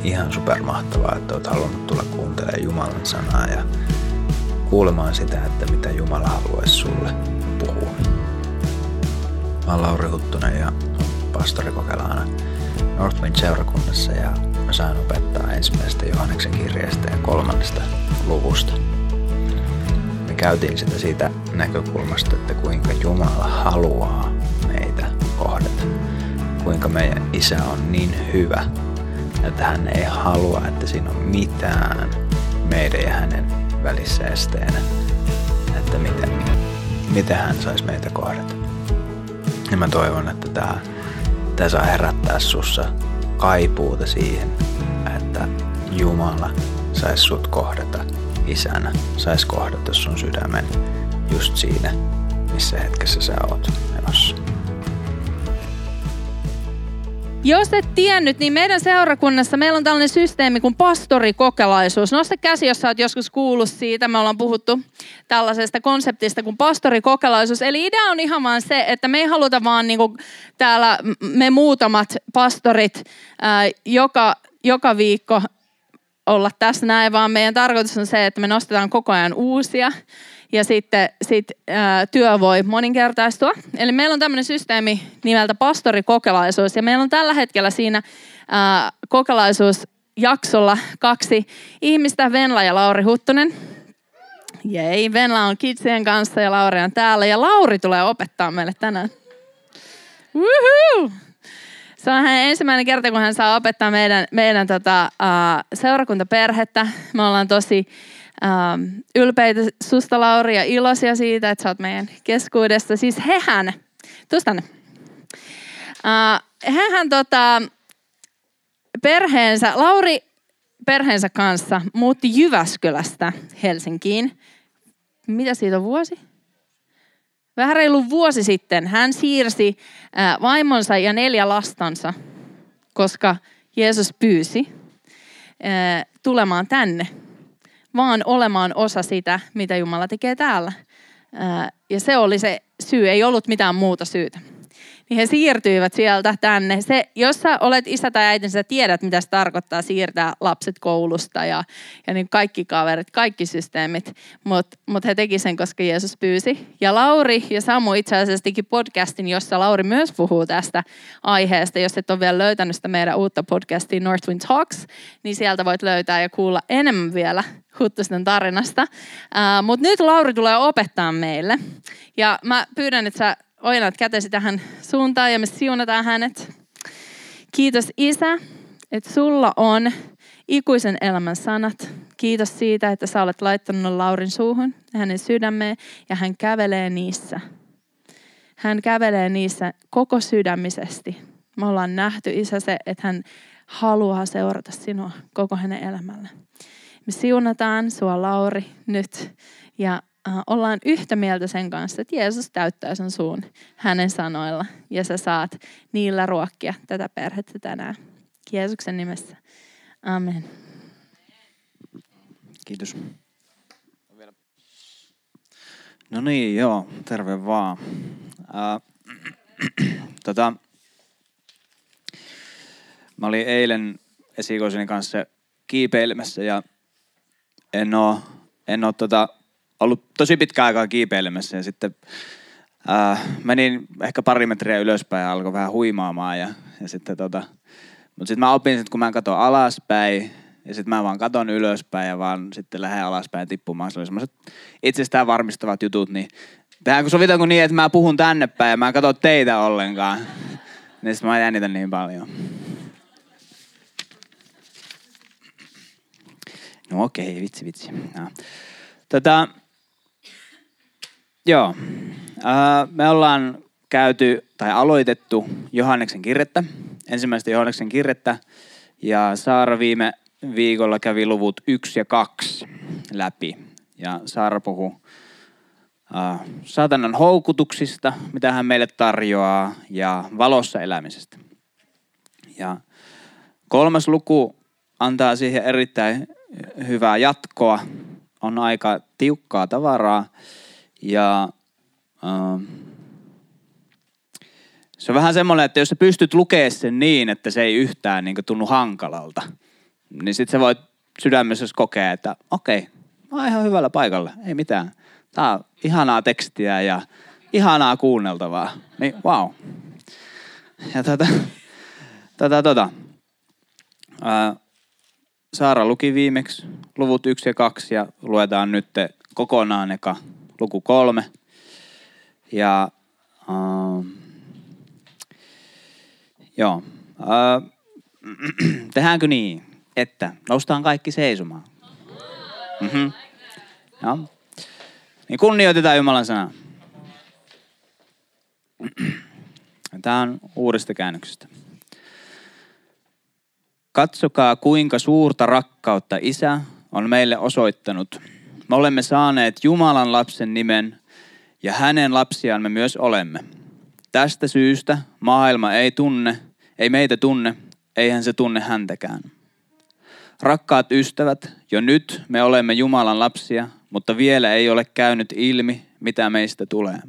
ihan supermahtavaa, että olet halunnut tulla kuuntelemaan Jumalan sanaa ja kuulemaan sitä, että mitä Jumala haluaisi sulle puhua. Mä oon Lauri Huttunen ja pastori Kokelaana Northwind-seurakunnassa ja mä saan opettaa ensimmäisestä Johanneksen kirjeestä ja 3. luvusta. Me käytiin sitä siitä näkökulmasta, että kuinka Jumala haluaa meitä kohdata. Kuinka meidän Isä on niin hyvä, että hän ei halua, että siinä on mitään meidän ja hänen välissä esteenä, että miten hän saisi meitä kohdata. Ja mä toivon, että tää saa herättää sussa kaipuuta siihen, että Jumala saisi sut kohdata isänä, saisi kohdata sun sydämen just siinä, missä hetkessä sä oot menossa. Jos et tiennyt, niin meidän seurakunnassa meillä on tällainen systeemi kuin pastorikokelaisuus. Nosta käsi, jos sä oot joskus kuullut siitä. Me ollaan puhuttu tällaisesta konseptista kuin pastorikokelaisuus. Eli idea on ihan vaan se, että me ei haluta vaan niin kuin täällä me muutamat pastorit joka viikko olla tässä näin, vaan meidän tarkoitus on se, että me nostetaan koko ajan uusia. Ja sitten työ voi moninkertaistua. Eli meillä on tämmöinen systeemi nimeltä pastorikokelaisuus. Ja meillä on tällä hetkellä siinä kokelaisuusjaksolla 2 ihmistä, Venla ja Lauri Huttunen. Jei, Venla on kidsien kanssa ja Lauri on täällä. Ja Lauri tulee opettaa meille tänään. Woohoo! Se on hänen ensimmäinen kerta, kun hän saa opettaa meidän seurakuntaperhettä. Me ollaan tosi ylpeitä susta, Lauri, ja iloisia siitä, että sä oot meidän keskuudessa. Siis tuus tänne. Lauri perheensä kanssa muutti Jyväskylästä Helsinkiin. Mitä siitä on vuosi? Vähän reilu vuosi sitten hän siirsi vaimonsa ja 4 lastansa, koska Jeesus pyysi tulemaan tänne, vaan olemaan osa sitä, mitä Jumala tekee täällä. Ja se oli se syy, ei ollut mitään muuta syytä. Niin he siirtyivät sieltä tänne. Jos sä olet isä tai äiti, niin sä tiedät, mitä se tarkoittaa siirtää lapset koulusta ja niin kaikki kaverit, kaikki systeemit. Mut he teki sen, koska Jeesus pyysi. Ja Lauri ja Samu itse asiassa teki podcastin, jossa Lauri myös puhuu tästä aiheesta. Jos et ole vielä löytänyt sitä meidän uutta podcastia Northwind Talks, niin sieltä voit löytää ja kuulla enemmän vielä Huttusten tarinasta. Mutta nyt Lauri tulee opettaa meille. Ja mä pyydän, että sä ojenat kätesi tähän suuntaan ja me siunataan hänet. Kiitos Isä, että sulla on ikuisen elämän sanat. Kiitos siitä, että sä olet laittanut Laurin suuhun ja hänen sydämeen ja hän kävelee niissä. Hän kävelee niissä koko sydämisesti. Me ollaan nähty Isä se, että hän haluaa seurata sinua koko hänen elämällä. Me siunataan sua Lauri nyt ja ollaan yhtä mieltä sen kanssa, että Jeesus täyttää sun suun hänen sanoilla ja sä saat niillä ruokkia tätä perhettä tänään. Jeesuksen nimessä. Amen. Kiitos. No niin, joo, terve vaan. Mä olin eilen esikoiseni kanssa kiipeilemässä ja en oo ollut tosi pitkään aikaa kiipeilemässä ja sitten menin ehkä 2 metriä ylöspäin ja alkoi vähän huimaamaan ja sitten mutta sitten mä opin, että kun mä katson alaspäin ja sitten mä vaan katon ylöspäin ja vaan sitten lähden alaspäin tippumaan. Se oli semmoiset itsestään varmistavat jutut, niin sovitaanko niin, että mä puhun tänne päin ja mä en katso teitä ollenkaan. Niin sitten mä jännitän niin paljon. No okei, vitsi. No. Joo. Me ollaan aloitettu Johanneksen kirjettä, ensimmäistä Johanneksen kirjettä, ja Saara viime viikolla kävi luvut 1 ja 2 läpi. Ja Saara puhui saatanan houkutuksista, mitä hän meille tarjoaa, ja valossa elämisestä. Ja 3. luku antaa siihen erittäin hyvää jatkoa. On aika tiukkaa tavaraa ja se on vähän semmoinen, että jos sä pystyt lukemaan sen niin, että se ei yhtään niin kuin tunnu hankalalta, niin sit sä voit sydämessä kokea, että okei, mä oon ihan hyvällä paikalla, ei mitään. Tää on ihanaa tekstiä ja ihanaa kuunneltavaa. Niin, wow. Ja Saara luki viimeksi luvut 1 ja 2 ja luetaan nyt kokonaan eka luku 3. Ja tehdäänkö niin, että noustaan kaikki seisomaan? Joo. Niin kunnioitetaan Jumalan sanaa. Tämä on uudesta käännöksestä. Katsokaa, kuinka suurta rakkautta Isä on meille osoittanut. Me olemme saaneet Jumalan lapsen nimen ja hänen lapsiaan me myös olemme. Tästä syystä maailma ei meitä tunne, eihän se tunne häntäkään. Rakkaat ystävät, jo nyt me olemme Jumalan lapsia, mutta vielä ei ole käynyt ilmi, mitä meistä tulee.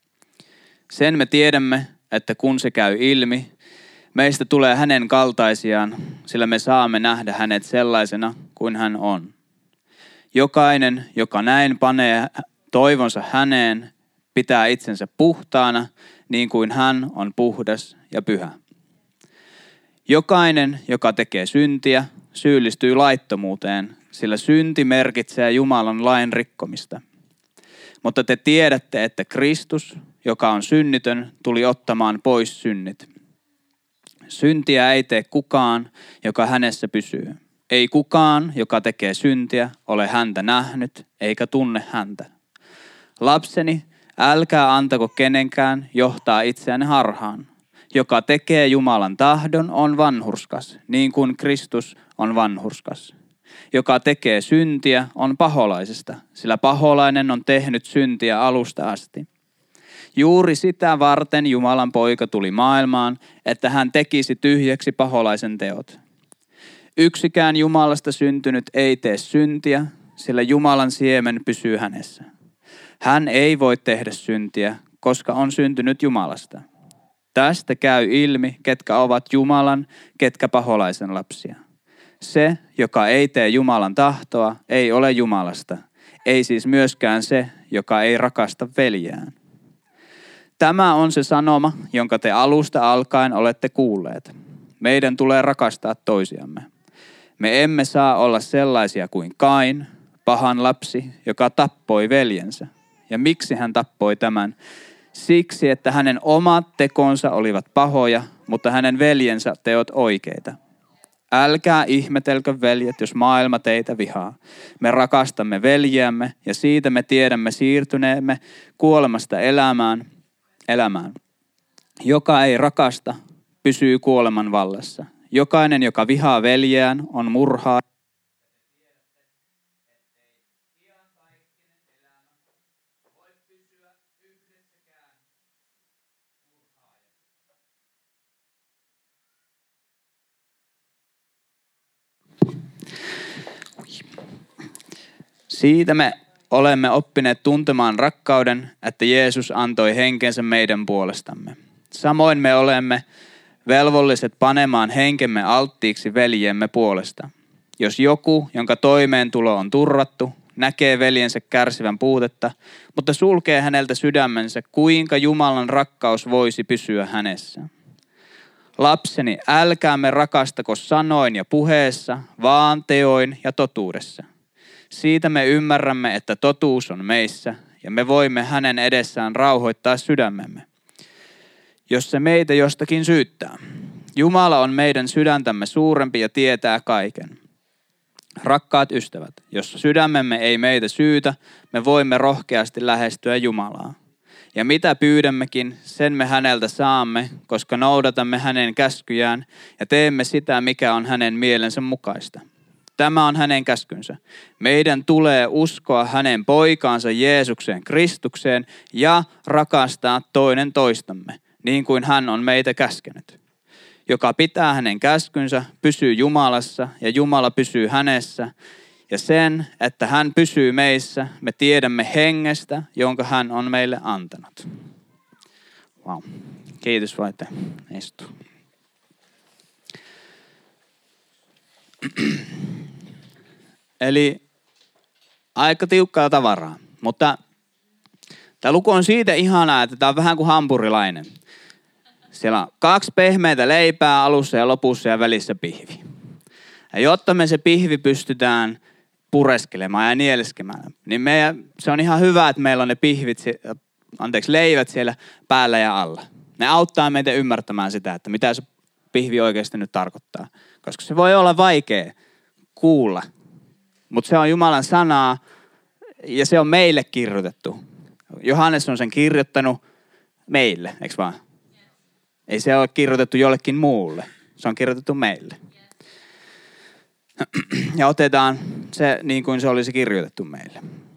Sen me tiedämme, että kun se käy ilmi, meistä tulee hänen kaltaisiaan, sillä me saamme nähdä hänet sellaisena kuin hän on. Jokainen, joka näin panee toivonsa häneen, pitää itsensä puhtaana, niin kuin hän on puhdas ja pyhä. Jokainen, joka tekee syntiä, syyllistyy laittomuuteen, sillä synti merkitsee Jumalan lain rikkomista. Mutta te tiedätte, että Kristus, joka on synnitön, tuli ottamaan pois synnit. Syntiä ei tee kukaan, joka hänessä pysyy. Ei kukaan, joka tekee syntiä, ole häntä nähnyt, eikä tunne häntä. Lapseni, älkää antako kenenkään johtaa itseään harhaan. Joka tekee Jumalan tahdon, on vanhurskas, niin kuin Kristus on vanhurskas. Joka tekee syntiä, on paholaisesta, sillä paholainen on tehnyt syntiä alusta asti. Juuri sitä varten Jumalan poika tuli maailmaan, että hän tekisi tyhjäksi paholaisen teot. Yksikään Jumalasta syntynyt ei tee syntiä, sillä Jumalan siemen pysyy hänessä. Hän ei voi tehdä syntiä, koska on syntynyt Jumalasta. Tästä käy ilmi, ketkä ovat Jumalan, ketkä paholaisen lapsia. Se, joka ei tee Jumalan tahtoa, ei ole Jumalasta. Ei siis myöskään se, joka ei rakasta veljeään. Tämä on se sanoma, jonka te alusta alkaen olette kuulleet. Meidän tulee rakastaa toisiamme. Me emme saa olla sellaisia kuin Kain, pahan lapsi, joka tappoi veljensä. Ja miksi hän tappoi tämän? Siksi, että hänen omat tekonsa olivat pahoja, mutta hänen veljensä teot oikeita. Älkää ihmetelkö, veljet, jos maailma teitä vihaa. Me rakastamme veljiämme ja siitä me tiedämme siirtyneemme kuolemasta elämään. Joka ei rakasta, pysyy kuoleman vallassa. Jokainen, joka vihaa veljeään, on murhaa. Siitä me olemme oppineet tuntemaan rakkauden, että Jeesus antoi henkensä meidän puolestamme. Samoin me olemme velvolliset panemaan henkemme alttiiksi veljemme puolesta. Jos joku, jonka toimeentulo on turvattu, näkee veljensä kärsivän puutetta, mutta sulkee häneltä sydämensä, kuinka Jumalan rakkaus voisi pysyä hänessä. Lapseni, älkäämme rakastako sanoin ja puheessa, vaan teoin ja totuudessa. Siitä me ymmärrämme, että totuus on meissä ja me voimme hänen edessään rauhoittaa sydämemme. Jos se meitä jostakin syyttää, Jumala on meidän sydäntämme suurempi ja tietää kaiken. Rakkaat ystävät, jos sydämemme ei meitä syytä, me voimme rohkeasti lähestyä Jumalaa. Ja mitä pyydämmekin, sen me häneltä saamme, koska noudatamme hänen käskyjään ja teemme sitä, mikä on hänen mielensä mukaista. Tämä on hänen käskynsä. Meidän tulee uskoa hänen poikaansa Jeesukseen Kristukseen ja rakastaa toinen toistamme, niin kuin hän on meitä käskenyt. Joka pitää hänen käskynsä, pysyy Jumalassa ja Jumala pysyy hänessä. Ja sen, että hän pysyy meissä, me tiedämme hengestä, jonka hän on meille antanut. Wow. Kiitos, voitte istua. Eli aika tiukkaa tavaraa. Mutta tämä luku on siitä ihanaa, että tämä on vähän kuin hampurilainen. Siellä on 2 pehmeitä leipää alussa ja lopussa ja välissä pihvi. Ja jotta me se pihvi pystytään pureskelemaan ja nieleskemään, niin se on ihan hyvä, että meillä on ne leivät siellä päällä ja alla. Ne auttaa meitä ymmärtämään sitä, että mitä se pihvi oikeasti nyt tarkoittaa. Koska se voi olla vaikea kuulla, mutta se on Jumalan sanaa ja se on meille kirjoitettu. Johannes on sen kirjoittanut meille, eikö vaan? Ei se ole kirjoitettu jollekin muulle, se on kirjoitettu meille. Ja otetaan se niin kuin se olisi kirjoitettu meille.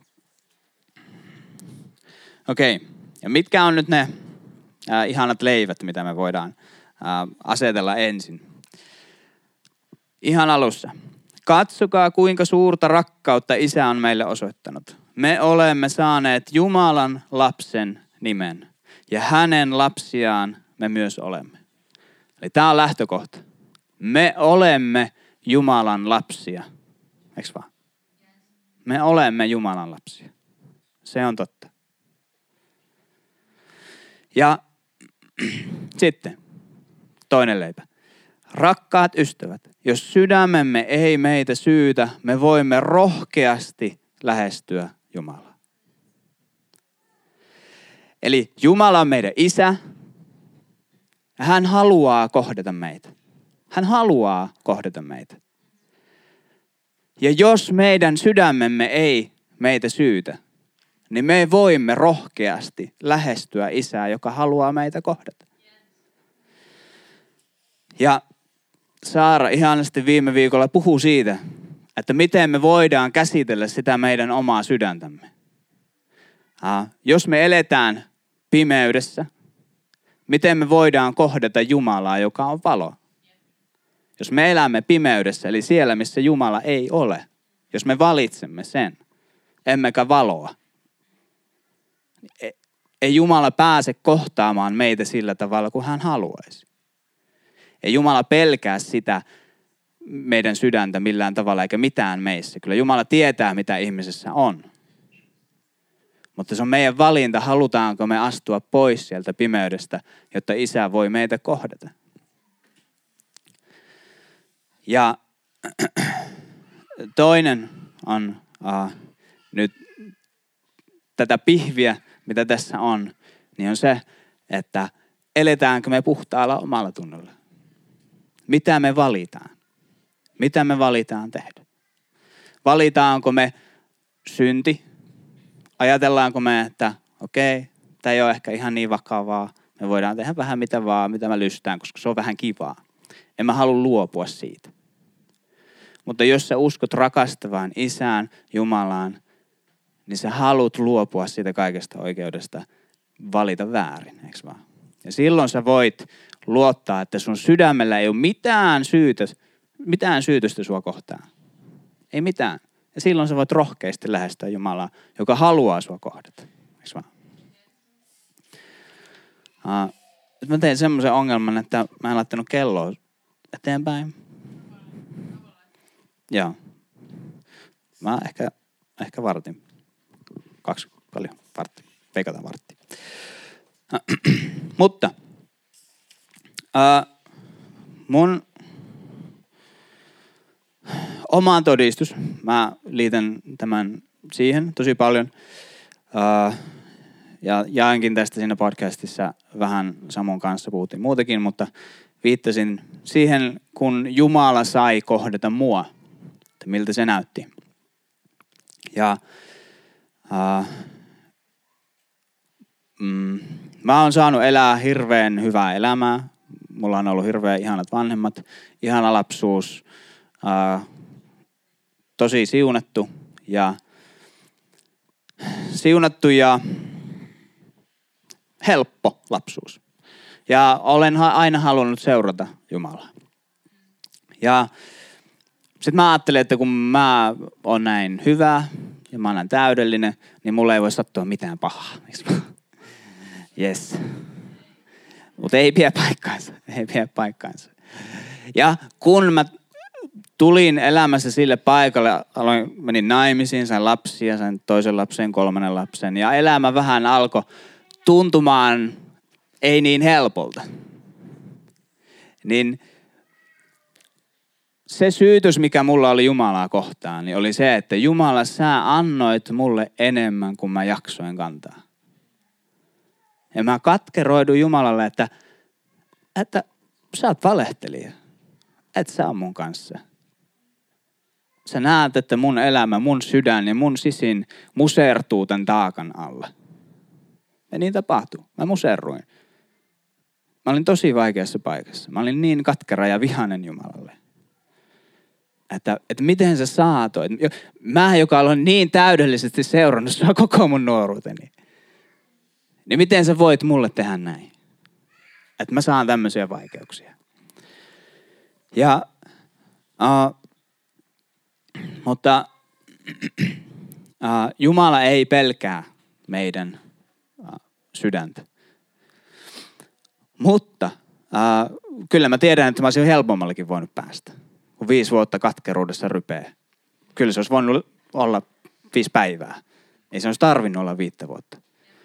Okei, ja mitkä on nyt ne ihanat leivät, mitä me voidaan asetella ensin? Ihan alussa. Katsokaa, kuinka suurta rakkautta Isä on meille osoittanut. Me olemme saaneet Jumalan lapsen nimen ja hänen lapsiaan me myös olemme. Eli tämä on lähtökohta. Me olemme Jumalan lapsia. Eikö vaan? Me olemme Jumalan lapsia. Se on totta. Ja sitten toinen leipä. Rakkaat ystävät, jos sydämemme ei meitä syytä, me voimme rohkeasti lähestyä Jumalaa. Eli Jumala on meidän Isä. Hän haluaa kohdata meitä. Hän haluaa kohdata meitä. Ja jos meidän sydämemme ei meitä syytä, niin me voimme rohkeasti lähestyä Isää, joka haluaa meitä kohdata. Ja Saara ihanasti viime viikolla puhui siitä, että miten me voidaan käsitellä sitä meidän omaa sydäntämme. Jos me eletään pimeydessä, miten me voidaan kohdata Jumalaa, joka on valo? Jos me elämme pimeydessä, eli siellä, missä Jumala ei ole, jos me valitsemme sen, emmekä valoa, ei Jumala pääse kohtaamaan meitä sillä tavalla, kuin hän haluaisi. Ei Jumala pelkää sitä meidän sydäntä millään tavalla, eikä mitään meissä. Kyllä Jumala tietää, mitä ihmisessä on. Mutta se on meidän valinta, halutaanko me astua pois sieltä pimeydestä, jotta Isä voi meitä kohdata. Ja toinen on nyt tätä pihviä, mitä tässä on, niin on se, että eletäänkö me puhtaalla omalla tunnolla. Mitä me valitaan? Mitä me valitaan tehdä? Valitaanko me synti? Ajatellaanko me, että okei, tämä ei ole ehkä ihan niin vakavaa. Me voidaan tehdä vähän mitä vaan, mitä mä lystään, koska se on vähän kivaa. En mä halua luopua siitä. Mutta jos sä uskot rakastavaan Isään, Jumalaan, niin sä haluat luopua siitä kaikesta oikeudesta valita väärin, eikö vaan? Ja silloin sä voit luottaa, että sun sydämellä ei ole mitään syytöstä sua kohtaan. Ei mitään. Ja silloin sä voit rohkeasti lähestyä Jumalaa, joka haluaa sua kohdata. Eikö vaan? Nyt mä tein semmoisen ongelman, että mä en laittanut kelloa eteenpäin. Joo. Mä ehkä vartin. 2 paljon. Vartti. Veikataan vartti. Mutta mun omaan todistus, mä liitän tämän siihen tosi paljon. Ja jaankin tästä siinä podcastissa vähän Samon kanssa, puhuttiin muutakin, mutta viittasin siihen, kun Jumala sai kohdata mua, että miltä se näytti. Ja mä oon saanut elää hirveän hyvää elämää. Mulla on ollut hirveän ihanat vanhemmat, ihana lapsuus, tosi siunattu ja helppo lapsuus. Ja olen aina halunnut seurata Jumalaa. Ja sitten mä ajattelin, että kun mä oon näin hyvä ja mä oon näin täydellinen, niin mulle ei voi sattua mitään pahaa. Yes. Mutta ei pidä paikkaansa. Ja kun mä tulin elämässä sille paikalle, menin naimisiin, sain lapsia, sain toisen lapsen, kolmannen lapsen. Ja elämä vähän alkoi tuntumaan ei niin helpolta. Niin se syytös, mikä mulla oli Jumalaa kohtaan, niin oli se, että Jumala, sä annoit mulle enemmän kuin mä jaksoin kantaa. Ja mä katkeroidun Jumalalle, että sä oot valehtelija. Et sä on mun kanssa. Sä näet, että mun elämä, mun sydän ja mun sisin musertuu tämän taakan alla. Ja niin tapahtui. Mä muserruin. Mä olin tosi vaikeassa paikassa. Mä olin niin katkera ja vihainen Jumalalle. Että miten sä saatoit. Mä, joka olen niin täydellisesti seurannut sua koko mun nuoruuteni. Niin miten sä voit mulle tehdä näin? Että mä saan tämmöisiä vaikeuksia. Ja, mutta Jumala ei pelkää meidän sydäntä. Mutta kyllä mä tiedän, että mä olisin helpommallakin voinut päästä. Kun 5 vuotta katkeruudessa rypee. Kyllä se olisi voinut olla 5 päivää. Ei se olisi tarvinnut olla 5 vuotta.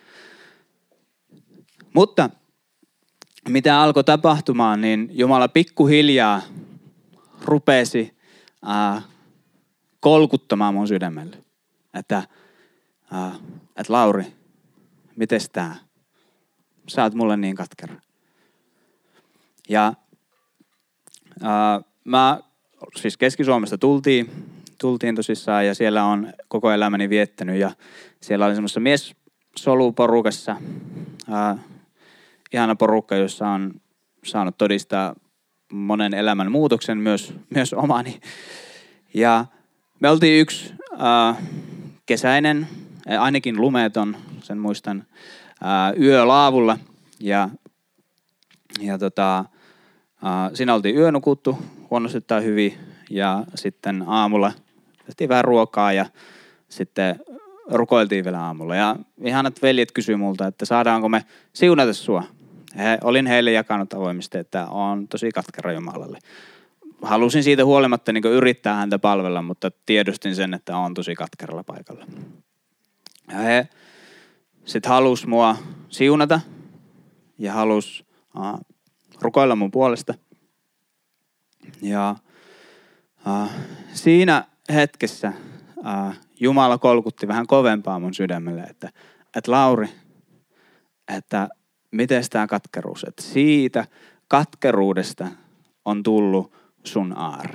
Mutta mitä alkoi tapahtumaan, niin Jumala pikkuhiljaa rupesi kolkuttamaan mun sydämelle. Että Lauri, mites tää? Sä oot mulle niin katkera. Ja mä siis Keski-Suomesta tultiin tosissaan ja siellä on koko elämäni viettänyt ja siellä oli semmoisessa miessoluporukassa ihana porukka, jossa on saanut todistaa monen elämän muutoksen, myös omani. Ja me oltiin yksi kesäinen, ainakin lumeton, sen muistan, yölaavulla ja siinä oltiin yönukuttu huonosti tai hyvin ja sitten aamulla tehtiin vähän ruokaa ja sitten rukoiltiin vielä aamulla. Ja ihanat veljet kysyi multa, että saadaanko me siunata sua. Olin heille jakanut avoimesti, että on tosi katkera Jumalalle. Halusin siitä huolimatta niin yrittää häntä palvella, mutta tiedostin sen, että on tosi katkeralla paikalla. Ja he sitten halusi mua siunata ja halusi rukoilla mun puolesta. Ja siinä hetkessä Jumala kolkutti vähän kovempaa mun sydämelle, että Lauri, että miten tämä katkeruus, että siitä katkeruudesta on tullut sun aarre.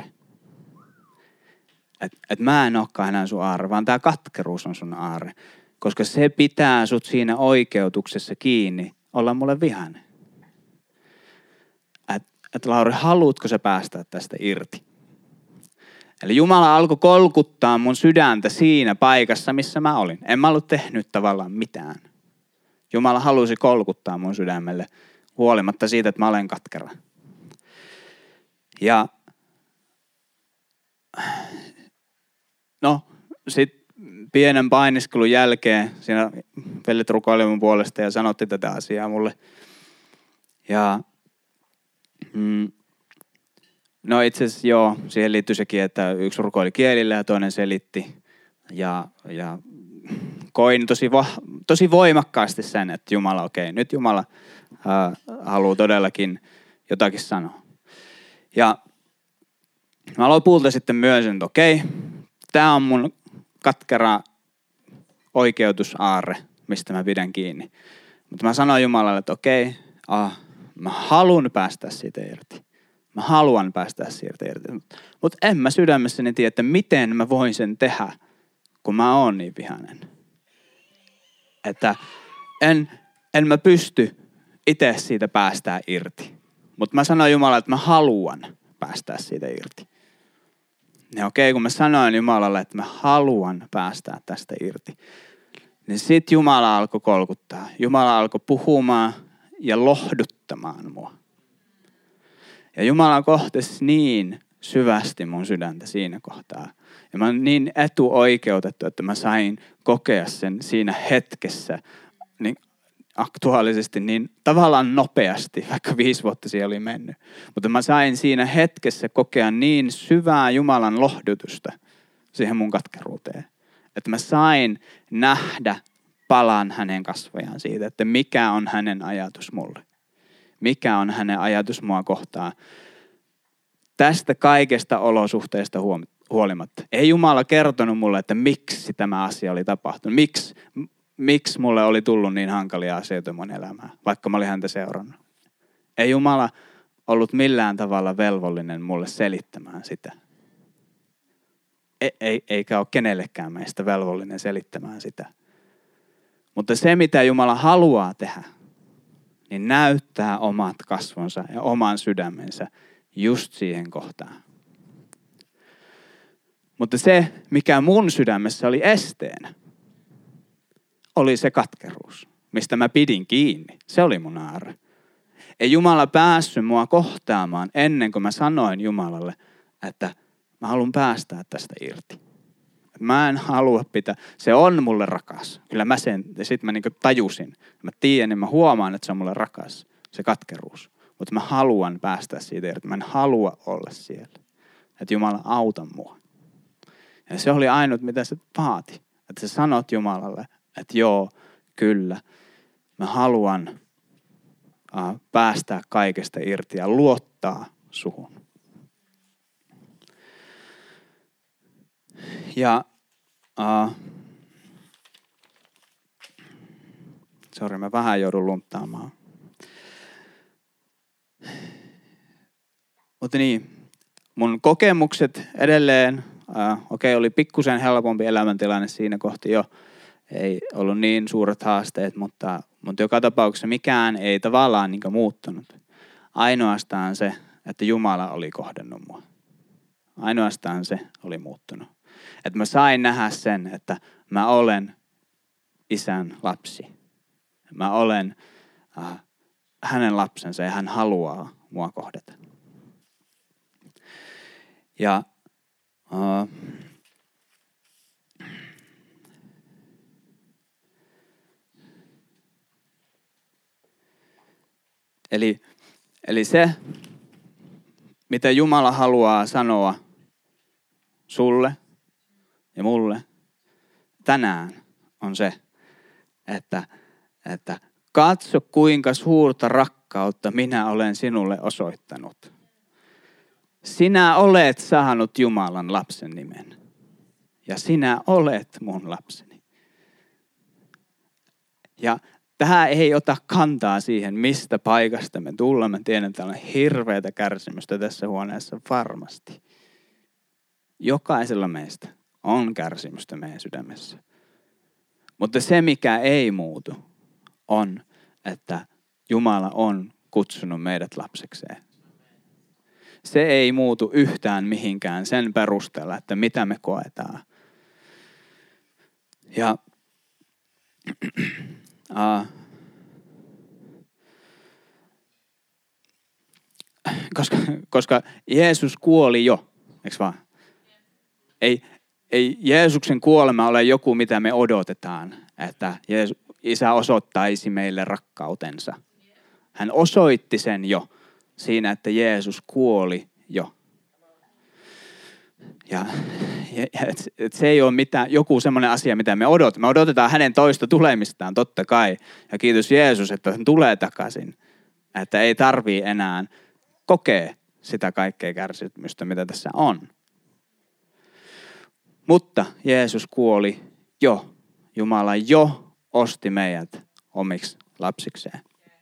Että mä en olekaan enää sun aarre, vaan tämä katkeruus on sun aarre. Koska se pitää sut siinä oikeutuksessa kiinni olla mulle vihainen. Että Lauri, haluatko sä päästä tästä irti? Eli Jumala alkoi kolkuttaa mun sydäntä siinä paikassa, missä mä olin. En mä ollut tehnyt tavallaan mitään. Jumala halusi kolkuttaa mun sydämelle huolimatta siitä, että mä olen katkera. Ja no, sitten pienen painiskelun jälkeen siinä veljet rukoili mun puolesta ja sanotti tätä asiaa mulle. Ja no itse asiassa joo, siihen liittyy sekin, että yksi rukoili kielillä ja toinen selitti. Ja koin tosi voimakkaasti sen, että Jumala, nyt Jumala haluaa todellakin jotakin sanoa. Ja mä lopulta sitten myönsin, että tää on mun katkera oikeutusaarre, mistä mä pidän kiinni. Mutta mä sanoin Jumalalle, että mä haluan päästä siitä irti. Mä haluan päästä siitä irti. Mutta en mä sydämessäni tiedä, että miten mä voin sen tehdä, kun mä oon niin vihainen. Että en mä pysty itse siitä päästää irti. Mutta mä sanoin Jumalalle, että mä haluan päästää siitä irti. Ja kun mä sanoin Jumalalle, että mä haluan päästää tästä irti, niin sit Jumala alkoi kolkuttaa. Jumala alkoi puhumaan ja lohduttamaan mua. Ja Jumala kohtasi niin syvästi mun sydäntä siinä kohtaa. Ja mä oon niin etuoikeutettu, että mä sain kokea sen siinä hetkessä niin aktuaalisesti niin tavallaan nopeasti, vaikka 5 vuotta siellä oli mennyt. Mutta mä sain siinä hetkessä kokea niin syvää Jumalan lohdutusta siihen mun katkeruuteen. Että mä sain nähdä palan hänen kasvojaan siitä, että mikä on hänen ajatus mulle. Mikä on hänen ajatus mua kohtaan. Tästä kaikesta olosuhteesta huolimatta. Ei Jumala kertonut mulle, että miksi tämä asia oli tapahtunut. Miksi mulle oli tullut niin hankalia asioita mun elämään, vaikka mä olin häntä seurannut. Ei Jumala ollut millään tavalla velvollinen mulle selittämään sitä. Eikä ole kenellekään meistä velvollinen selittämään sitä. Mutta se, mitä Jumala haluaa tehdä, niin näyttää omat kasvonsa ja oman sydämensä just siihen kohtaan. Mutta se, mikä mun sydämessä oli esteenä, oli se katkeruus, mistä mä pidin kiinni. Se oli mun aarre. Ei Jumala päässyt mua kohtaamaan ennen kuin mä sanoin Jumalalle, että mä haluan päästää tästä irti. Mä en halua pitää. Se on mulle rakas. Kyllä mä sen, ja sit mä niinku tajusin. Mä tiedän ja mä huomaan, että se on mulle rakas, se katkeruus. Mutta mä haluan päästä siitä irti. Mä en halua olla siellä. Että Jumala auta mua. Ja se oli ainut, mitä se vaati. Että sä sanot Jumalalle, että joo, kyllä. Mä haluan päästää kaikesta irti ja luottaa suhun. Ja mä vähän joudun lunttaamaan. Mutta niin, mun kokemukset edelleen, oli pikkusen helpompi elämäntilanne siinä kohti jo. Ei ollut niin suuret haasteet, mutta joka tapauksessa mikään ei tavallaan niin muuttunut. Ainoastaan se, että Jumala oli kohdannut mua. Ainoastaan se oli muuttunut. Että mä sain nähdä sen, että mä olen isän lapsi. Mä olen hänen lapsensa ja hän haluaa mua kohdata. Ja eli se, mitä Jumala haluaa sanoa sulle ja mulle tänään on se, että katso kuinka suurta rakkautta minä olen sinulle osoittanut. Sinä olet saanut Jumalan lapsen nimen. Ja sinä olet mun lapseni. Ja tämä ei ota kantaa siihen, mistä paikasta me tullaan. Mä tiedän, että täällä on hirveätä kärsimystä tässä huoneessa varmasti. Jokaisella meistä on kärsimystä meidän sydämessä. Mutta se, mikä ei muutu, on, että Jumala on kutsunut meidät lapsekseen. Se ei muutu yhtään mihinkään sen perusteella, että mitä me koetaan. Ja koska Jeesus kuoli jo, eikö vaan? Ei Jeesuksen kuolema ole joku, mitä me odotetaan, että Isä osoittaisi meille rakkautensa. Hän osoitti sen jo siinä, että Jeesus kuoli jo. Ja se ei ole mitään, joku semmoinen asia, mitä me odotamme. Me odotetaan hänen toista tulemistaan, totta kai. Ja kiitos Jeesus, että hän tulee takaisin. Että ei tarvii enää kokea sitä kaikkea kärsimystä, mitä tässä on. Mutta Jeesus kuoli jo. Jumala jo osti meidät omiksi lapsikseen.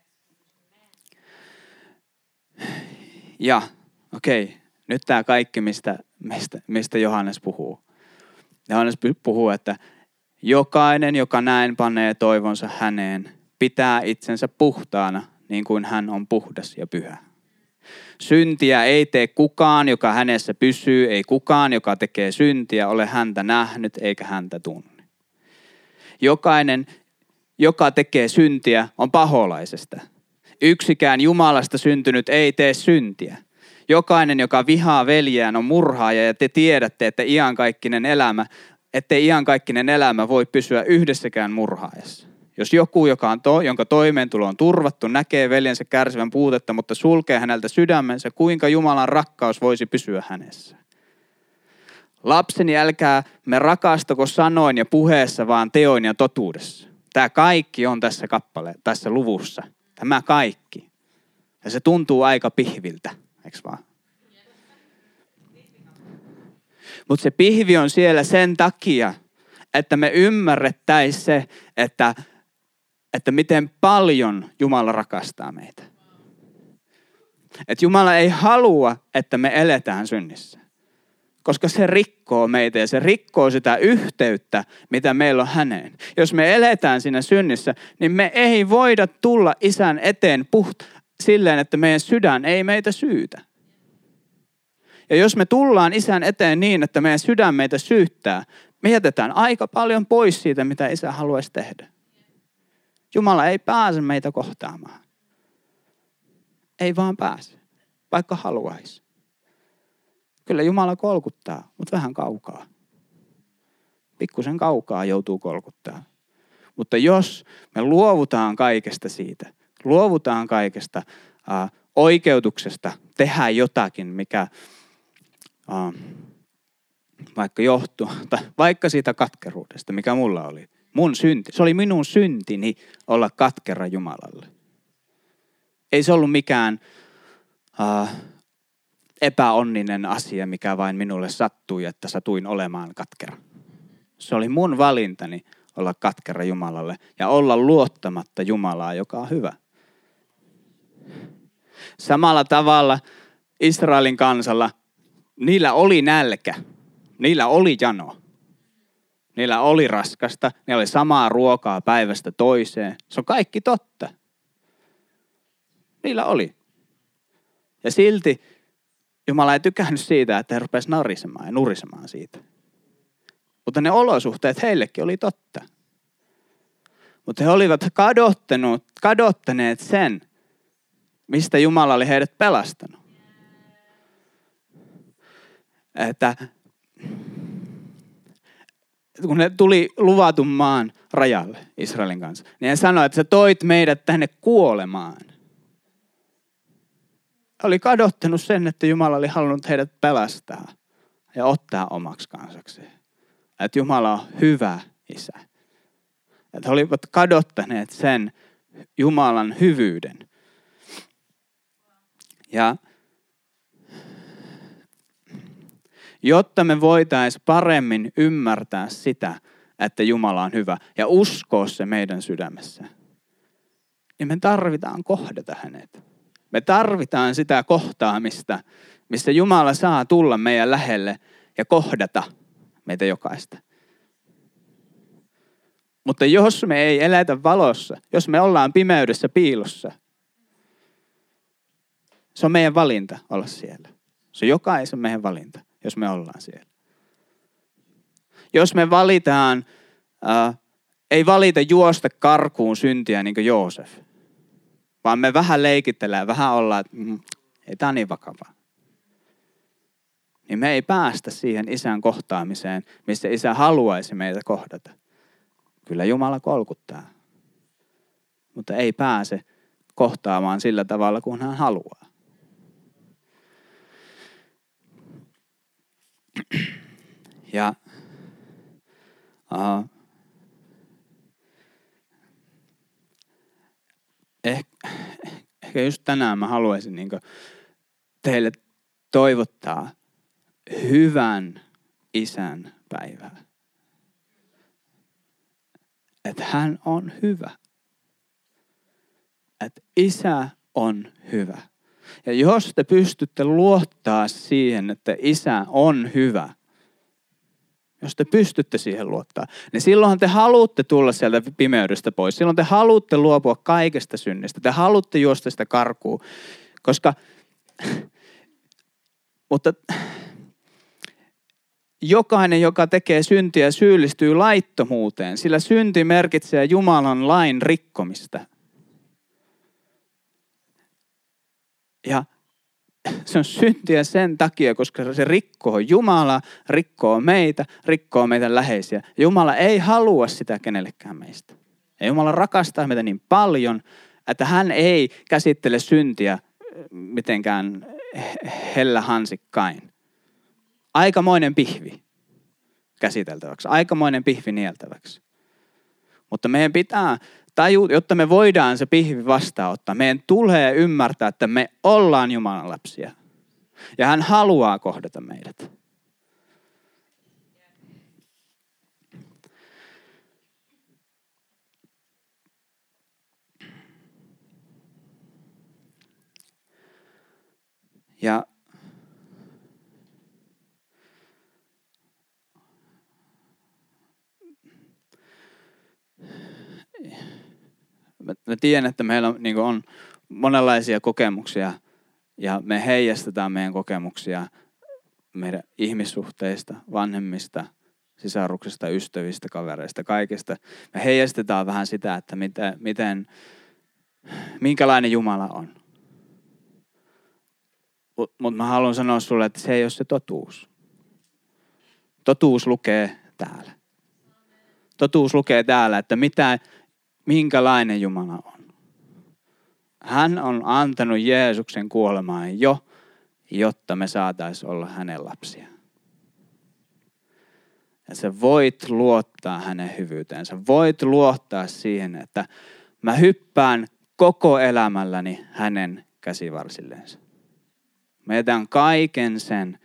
Ja nyt tämä kaikki, mistä Johannes puhuu. Johannes puhuu, että jokainen, joka näin panee toivonsa häneen, pitää itsensä puhtaana, niin kuin hän on puhdas ja pyhä. Syntiä ei tee kukaan, joka hänessä pysyy, ei kukaan, joka tekee syntiä, ole häntä nähnyt eikä häntä tunne. Jokainen, joka tekee syntiä, on paholaisesta. Yksikään Jumalasta syntynyt ei tee syntiä. Jokainen, joka vihaa veljeään, on murhaaja, ja te tiedätte, että ettei iankaikkinen elämä voi pysyä yhdessäkään murhaajassa. Jos joku, jonka toimeentulo on turvattu, näkee veljensä kärsivän puutetta, mutta sulkee häneltä sydämensä, kuinka Jumalan rakkaus voisi pysyä hänessä? Lapseni, älkää me rakastako sanoin ja puheessa, vaan teoin ja totuudessa. Tämä kaikki on tässä luvussa. Tämä kaikki. Ja se tuntuu aika pihviltä, eikö vaan? Mutta se pihvi on siellä sen takia, että me ymmärrettäisiin se, että miten paljon Jumala rakastaa meitä. Että Jumala ei halua, että me eletään synnissä. Koska se rikkoo meitä ja se rikkoo sitä yhteyttä, mitä meillä on häneen. Jos me eletään siinä synnissä, niin me ei voida tulla Isän eteen silleen, että meidän sydän ei meitä syytä. Ja jos me tullaan Isän eteen niin, että meidän sydän meitä syyttää, me jätetään aika paljon pois siitä, mitä Isä haluaisi tehdä. Jumala ei pääse meitä kohtaamaan. Ei vaan pääse, vaikka haluaisi. Kyllä Jumala kolkuttaa, mutta vähän kaukaa. Pikkusen kaukaa joutuu kolkuttaa. Mutta jos me luovutaan kaikesta siitä, luovutaan kaikesta oikeutuksesta, tehdään jotakin, mikä vaikka johtuu, tai vaikka siitä katkeruudesta, mikä mulla oli. Mun synti, se oli minun syntini olla katkera Jumalalle. Ei se ollut mikään epäonninen asia, mikä vain minulle sattui, että satuin olemaan katkera. Se oli mun valintani olla katkera Jumalalle ja olla luottamatta Jumalaa, joka on hyvä. Samalla tavalla Israelin kansalla, niillä oli nälkä, niillä oli jano, niillä oli raskasta, niillä oli samaa ruokaa päivästä toiseen. Se on kaikki totta. Niillä oli. Ja silti Jumala ei tykännyt siitä, että he rupesivat narisemaan ja nurisemaan siitä. Mutta ne olosuhteet heillekin oli totta. Mutta he olivat kadottaneet sen, mistä Jumala oli heidät pelastanut. Että kun ne tuli luvatun maan rajalle Israelin kanssa, niin he sanoi, että sä toit meidät tänne kuolemaan. He oli kadottanut sen, että Jumala oli halunnut heidät pelastaa ja ottaa omaksi kansakseen. Että Jumala on hyvä Isä. Että he olivat kadottaneet sen Jumalan hyvyyden. Ja jotta me voitaisiin paremmin ymmärtää sitä, että Jumala on hyvä ja uskoa se meidän sydämessä, niin me tarvitaan kohdata hänet. Me tarvitaan sitä kohtaamista, missä Jumala saa tulla meidän lähelle ja kohdata meitä jokaista. Mutta jos me ei eletä valossa, jos me ollaan pimeydessä piilossa, se on meidän valinta olla siellä. Se on jokaisen meidän valinta, jos me ollaan siellä. Jos me valitaan, ei valita juosta karkuun syntiä niin kuin Joosef, vaan me vähän leikitellään, vähän ollaan, että ei tämä niin vakavaa. Niin me ei päästä siihen Isän kohtaamiseen, missä Isä haluaisi meitä kohdata. Kyllä Jumala kolkuttaa, mutta ei pääse kohtaamaan sillä tavalla, kun hän haluaa. Ja ehkä just tänään mä haluaisin niin teille toivottaa hyvän Isän päivää. Että hän on hyvä. Että Isä on hyvä. Ja jos te pystytte luottaa siihen, että Isä on hyvä, jos te pystytte siihen luottaa, niin silloinhan te haluatte tulla sieltä pimeydestä pois. Silloin te haluatte luopua kaikesta synnistä. Te haluatte juosta sitä karkuun. Mutta jokainen, joka tekee syntiä, syyllistyy laittomuuteen, sillä synti merkitsee Jumalan lain rikkomista. Ja se on syntiä sen takia, koska se rikkoo Jumalaa, rikkoo meitä läheisiä. Jumala ei halua sitä kenellekään meistä. Ja Jumala rakastaa meitä niin paljon, että hän ei käsittele syntiä mitenkään hellähansikkain. Aikamoinen pihvi käsiteltäväksi, aikamoinen pihvi nieltäväksi. Mutta meidän pitää jotta me voidaan se pihvi vastaanottaa, meidän tulee ymmärtää, että me ollaan Jumalan lapsia. Ja hän haluaa kohdata meidät. Ja mä tiedän, että meillä on monenlaisia kokemuksia ja me heijastetaan meidän kokemuksia meidän ihmissuhteista, vanhemmista, sisaruksista, ystävistä, kavereista, kaikista. Me heijastetaan vähän sitä, että minkälainen Jumala on. Mutta mä haluan sanoa sulle, että se ei ole se totuus. Totuus lukee täällä. Totuus lukee täällä, että minkälainen Jumala on. Hän on antanut Jeesuksen kuolemaan jotta me saataisiin olla hänen lapsia. Ja sä voit luottaa hänen hyvyyteen. Sä voit luottaa siihen, että mä hyppään koko elämälläni hänen käsivarsilleensa. Mä jätän kaiken sen,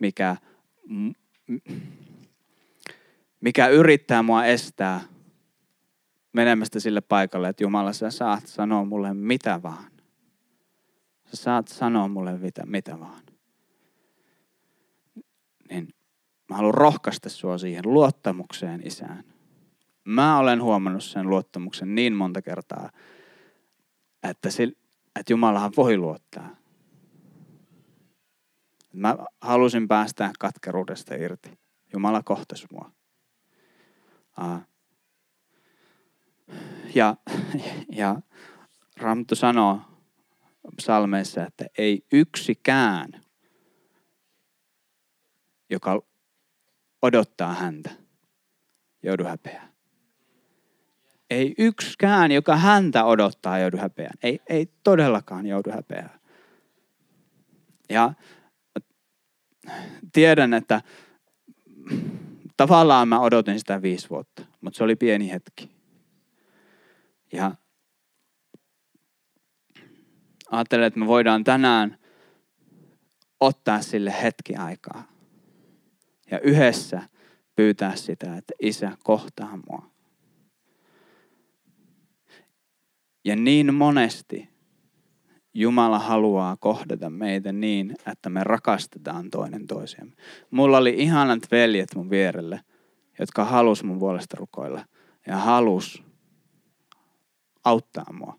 mikä yrittää mua estää menemästä sille paikalle, että Jumala, sä saat sanoa mulle mitä vaan. Sä saat sanoa mulle mitä vaan. Niin mä haluan rohkaista sua siihen luottamukseen Isään. Mä olen huomannut sen luottamuksen niin monta kertaa, että Jumalahan voi luottaa. Mä halusin päästä katkeruudesta irti. Jumala kohtasi mua. Ja Raamattu sanoo psalmeissa, että ei yksikään, joka odottaa häntä, joudu häpeään. Ei yksikään, joka häntä odottaa, joudu häpeään. Ei todellakaan joudu häpeään. Ja tiedän, että tavallaan mä odotin sitä 5 vuotta, mutta se oli pieni hetki. Ja ajattelen, että me voidaan tänään ottaa sille hetki aikaa. Ja yhdessä pyytää sitä, että Isä, kohtaa mua. Ja niin monesti Jumala haluaa kohdata meitä niin, että me rakastetaan toinen toisiamme. Mulla oli ihanat veljet mun vierelle, jotka halus mun puolesta rukoilla ja halus auttaa mua.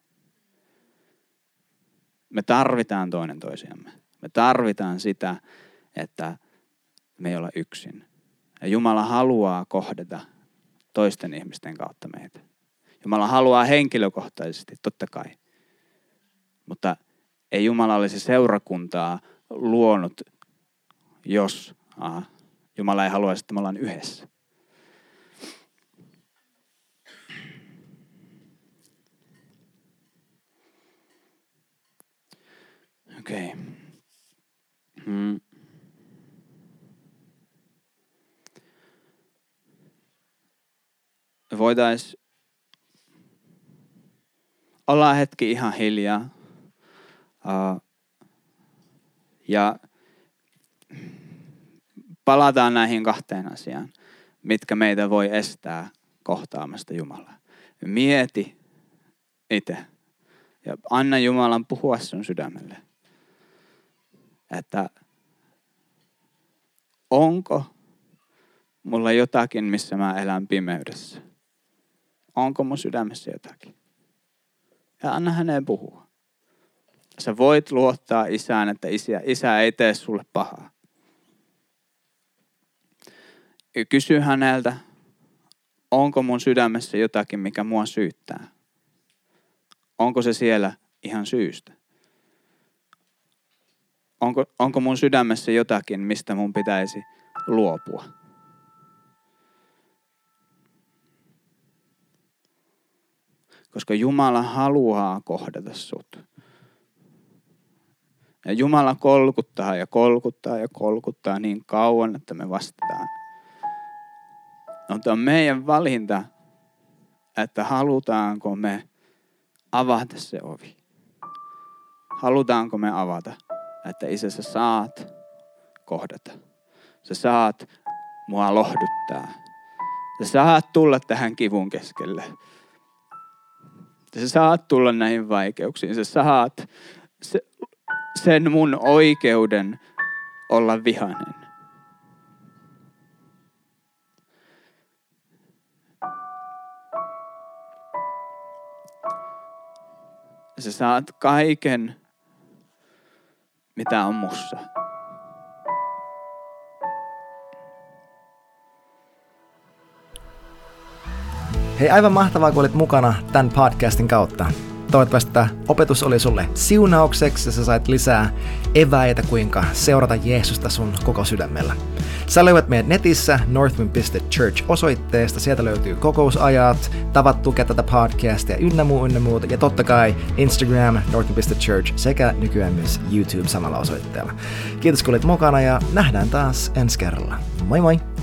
Me tarvitaan toinen toisiamme. Me tarvitaan sitä, että me ei olla yksin. Ja Jumala haluaa kohdata toisten ihmisten kautta meitä. Jumala haluaa henkilökohtaisesti, totta kai. Mutta ei Jumala olisi seurakuntaa luonut, jos Jumala ei haluaisi, että me ollaan yhdessä. Okei. Voitaisiin olla hetki ihan hiljaa. Ja palataan näihin 2 asiaan, mitkä meitä voi estää kohtaamasta Jumalaa. Mieti itse ja anna Jumalan puhua sun sydämelle, että onko mulla jotakin, missä mä elän pimeydessä? Onko mun sydämessä jotakin? Ja anna hänen puhua. Sä voit luottaa Isään, että Isä ei tee sulle pahaa. Kysy häneltä, onko mun sydämessä jotakin, mikä mua syyttää? Onko se siellä ihan syystä? Onko mun sydämessä jotakin, mistä mun pitäisi luopua? koska Jumala haluaa kohdata sut. Ja Jumala kolkuttaa ja kolkuttaa ja kolkuttaa niin kauan, että me vastataan. Mutta on meidän valinta, että halutaanko me avata se ovi. Halutaanko me avata, että Isä, sä saat kohdata. Sä saat mua lohduttaa. Sä saat tulla tähän kivun keskelle. Sä saat tulla näihin vaikeuksiin. Sä saat sen mun oikeuden olla vihainen. Sä saat kaiken, mitä on mussa. Hei, aivan mahtavaa, kun olit mukana tämän podcastin kautta. Toivottavasti tämä opetus oli sulle siunaukseksi ja sä sait lisää eväitä, kuinka seurata Jeesusta sun koko sydämellä. Sä löydät meidät netissä northwind.church-osoitteesta. Sieltä löytyy kokousajat, tavat tukea tätä podcastia ynnä muuta. Ja totta kai Instagram, northwind.church sekä nykyään myös YouTube samalla osoitteella. Kiitos kun olit mukana ja nähdään taas ensi kerralla. Moi moi!